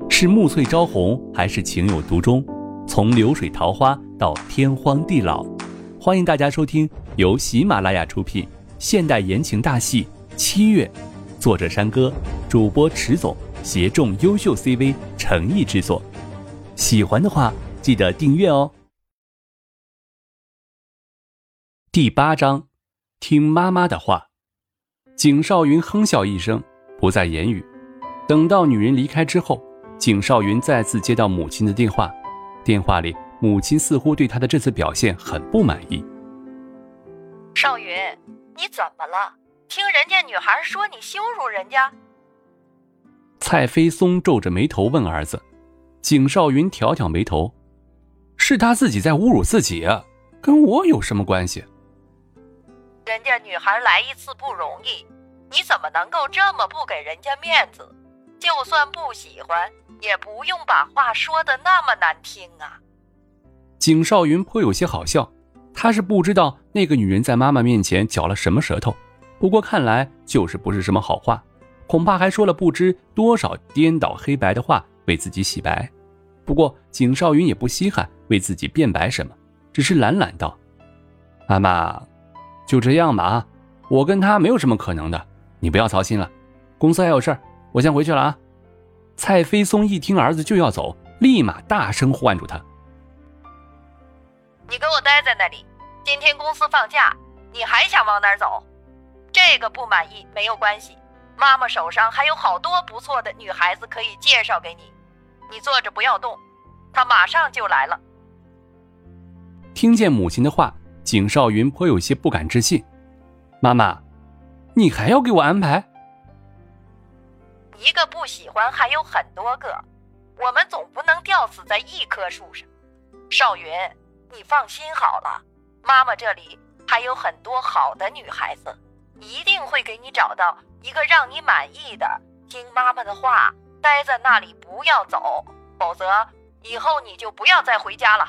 是暮翠朝红，还是情有独钟？从流水桃花到天荒地老，欢迎大家收听由喜马拉雅出品现代言情大戏《七月》，作者山歌，主播迟总，协众优秀 CV 诚意制作。喜欢的话记得订阅哦。第8章，听妈妈的话。景少云哼笑一声，不再言语。等到女人离开之后，景少云再次接到母亲的电话，电话里母亲似乎对他的这次表现很不满意。 少云，你怎么了？听人家女孩说你羞辱人家？ 蔡飞松皱着眉头问儿子。景少云挑挑眉头，是他自己在侮辱自己啊，跟我有什么关系？ 人家女孩来一次不容易，你怎么能够这么不给人家面子？就算不喜欢，也不用把话说得那么难听啊。 景少云颇有些好笑，他是不知道那个女人在妈妈面前嚼了什么舌头，不过看来就是不是什么好话，恐怕还说了不知多少颠倒黑白的话为自己洗白。不过景少云也不稀罕为自己辩白什么，只是懒懒道：妈妈，就这样吧，我跟他没有什么可能的，你不要操心了，公司还有事儿，我先回去了啊。蔡飞松一听儿子就要走，立马大声唤住他： 你给我待在那里，今天公司放假，你还想往哪儿走？这个不满意没有关系，妈妈手上还有好多不错的女孩子可以介绍给你，你坐着不要动，她马上就来了。 听见母亲的话，景少云颇有些不敢置信：妈妈，你还要给我安排？ 一个不喜欢还有很多个，我们总不能吊死在一棵树上。少云，你放心好了，妈妈这里还有很多好的女孩子，一定会给你找到一个让你满意的。听妈妈的话，待在那里不要走，否则以后你就不要再回家了。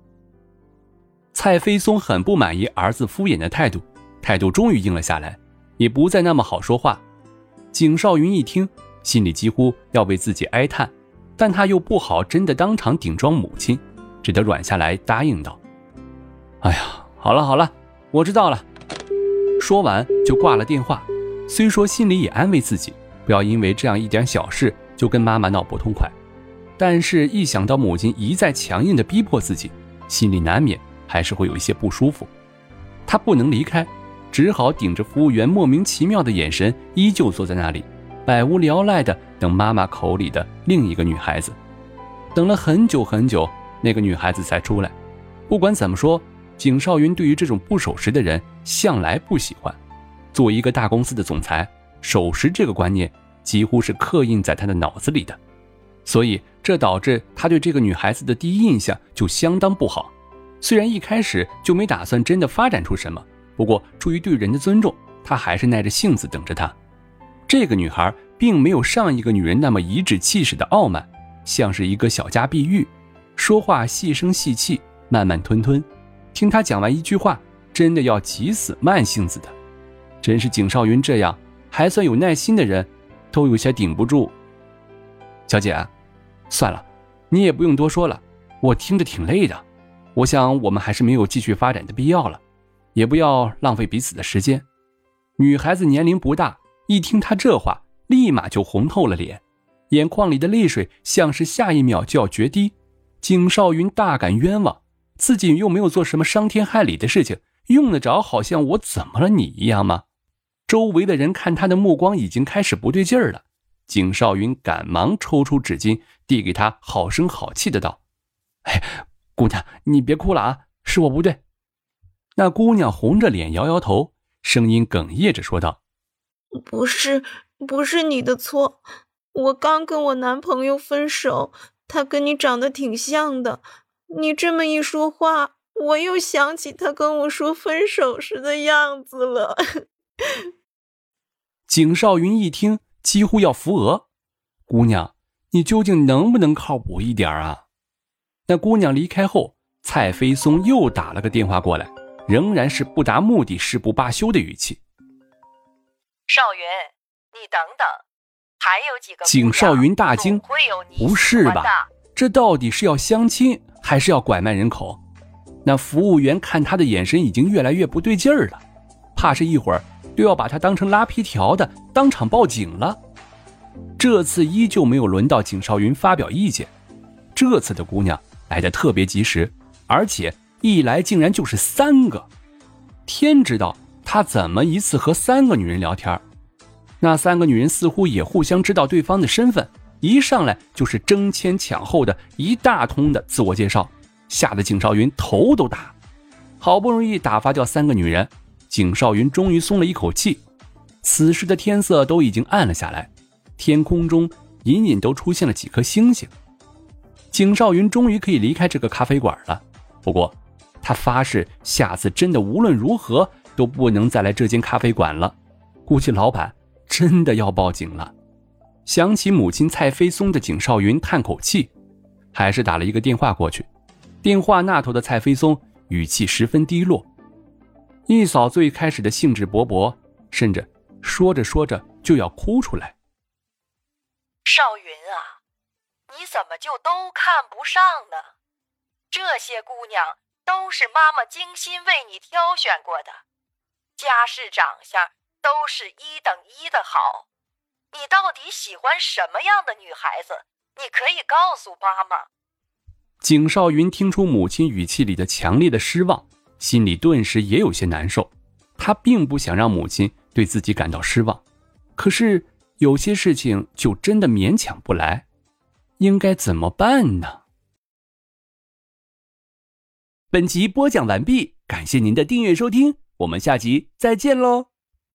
蔡飞松很不满意儿子敷衍的态度终于硬了下来，也不再那么好说话。景少云一听，心里几乎要为自己哀叹，但他又不好真的当场顶撞母亲，只得软下来答应道：哎呀，好了，我知道了。说完就挂了电话，虽说心里也安慰自己，不要因为这样一点小事就跟妈妈闹不痛快，但是一想到母亲一再强硬地逼迫自己，心里难免还是会有一些不舒服。他不能离开，只好顶着服务员莫名其妙的眼神，依旧坐在那里，百无聊赖地等妈妈口里的另一个女孩子。等了很久很久，那个女孩子才出来。不管怎么说，景少云对于这种不守时的人向来不喜欢。作为一个大公司的总裁，守时这个观念几乎是刻印在他的脑子里的，所以这导致他对这个女孩子的第一印象就相当不好。虽然一开始就没打算真的发展出什么，不过出于对人的尊重，他还是耐着性子等着她。这个女孩并没有上一个女人那么颐指气使的傲慢，像是一个小家碧玉，说话细声细气，慢慢吞吞。听她讲完一句话，真的要急死慢性子的。真是景少云这样还算有耐心的人，都有些顶不住。小姐，算了，你也不用多说了，我听着挺累的。我想我们还是没有继续发展的必要了，也不要浪费彼此的时间。女孩子年龄不大，一听她这话，立马就红透了脸，眼眶里的泪水像是下一秒就要决堤。景少云大感冤枉，自己又没有做什么伤天害理的事情，用得着好像我怎么了你一样吗？周围的人看他的目光已经开始不对劲儿了，景少云赶忙抽出纸巾递给他，好声好气的道：哎，姑娘，你别哭了啊，是我不对。那姑娘红着脸摇摇头，声音哽咽着说道： 不是你的错，我刚跟我男朋友分手，他跟你长得挺像的，你这么一说话，我又想起他跟我说分手时的样子了。 景少云一听几乎要扶额，姑娘，你究竟能不能靠谱一点啊？那姑娘离开后，蔡飞松又打了个电话过来，仍然是不达目的誓不罢休的语气。 少云，你等等， 还有几个景少云大惊，不是吧？这到底是要相亲还是要拐卖人口？那服务员看他的眼神已经越来越不对劲儿了，怕是一会儿就要把他当成拉皮条的当场报警了。这次依旧没有轮到景少云发表意见，这次的姑娘来得特别及时，而且一来竟然就是3个。天知道他怎么一次和3个女人聊天。那3个女人似乎也互相知道对方的身份，一上来就是争先抢后的一大通的自我介绍，吓得景少云头都大。好不容易打发掉3个女人，景少云终于松了一口气。此时的天色都已经暗了下来，天空中隐隐都出现了几颗星星。景少云终于可以离开这个咖啡馆了，不过他发誓下次真的无论如何都不能再来这间咖啡馆了，估计老板真的要报警了。想起母亲蔡飞松的景少云叹口气，还是打了一个电话过去。电话那头的蔡飞松语气十分低落，一扫最开始的兴致勃勃，甚至说着说着就要哭出来。 少云啊，你怎么就都看不上呢？这些姑娘都是妈妈精心为你挑选过的，家世长相都是1等1的好。你到底喜欢什么样的女孩子？你可以告诉妈妈。 景少云听出母亲语气里的强烈的失望，心里顿时也有些难受。他并不想让母亲对自己感到失望，可是有些事情就真的勉强不来，应该怎么办呢？本集播讲完毕，感谢您的订阅收听，我们下集再见喽。